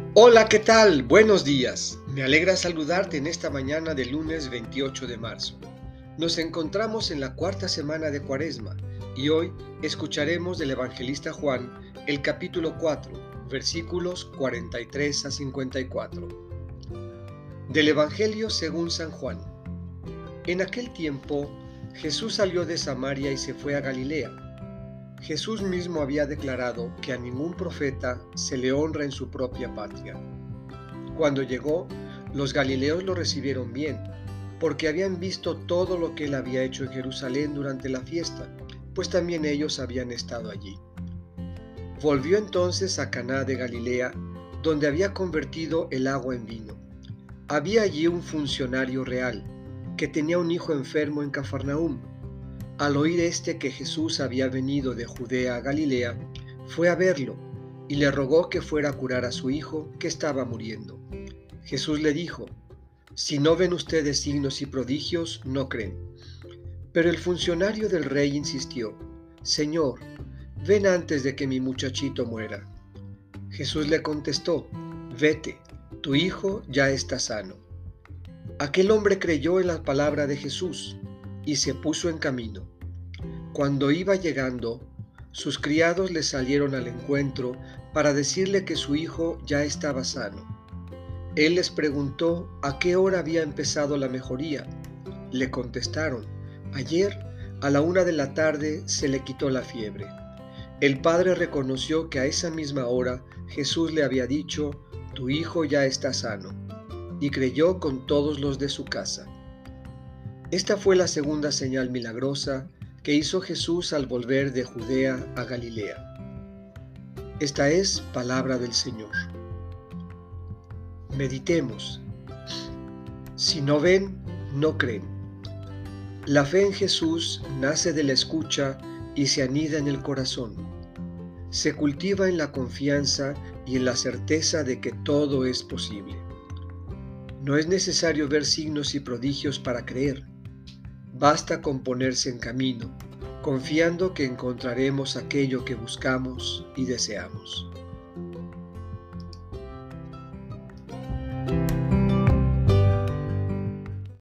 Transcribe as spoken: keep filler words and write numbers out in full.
Hola, ¿qué tal? Buenos días. Me alegra saludarte en esta mañana del lunes veintiocho de marzo. Nos encontramos en la cuarta semana de Cuaresma y hoy escucharemos del evangelista Juan el capítulo cuatro, versículos cuarenta y tres a cincuenta y cuatro. Del Evangelio según San Juan. En aquel tiempo, Jesús salió de Samaria y se fue a Galilea. Jesús mismo había declarado que a ningún profeta se le honra en su propia patria. Cuando llegó, los galileos lo recibieron bien, porque habían visto todo lo que él había hecho en Jerusalén durante la fiesta, pues también ellos habían estado allí. Volvió entonces a Caná de Galilea, donde había convertido el agua en vino. Había allí un funcionario real, que tenía un hijo enfermo en Cafarnaúm. Al oír éste que Jesús había venido de Judea a Galilea, fue a verlo, y le rogó que fuera a curar a su hijo, que estaba muriendo. Jesús le dijo: si no ven ustedes signos y prodigios, no creen. Pero el funcionario del rey insistió: Señor, ven antes de que mi muchachito muera. Jesús le contestó: vete, tu hijo ya está sano. Aquel hombre creyó en la palabra de Jesús y se puso en camino. Cuando iba llegando, sus criados le salieron al encuentro para decirle que su hijo ya estaba sano. Él les preguntó a qué hora había empezado la mejoría. Le contestaron: ayer a la una de la tarde se le quitó la fiebre. El padre reconoció que a esa misma hora Jesús le había dicho: tu hijo ya está sano, y creyó con todos los de su casa. Esta fue la segunda señal milagrosa que hizo Jesús al volver de Judea a Galilea. Esta es palabra del Señor. Meditemos. Si no ven, no creen. La fe en Jesús nace de la escucha y se anida en el corazón. Se cultiva en la confianza y en la certeza de que todo es posible. No es necesario ver signos y prodigios para creer. Basta con ponerse en camino, confiando que encontraremos aquello que buscamos y deseamos.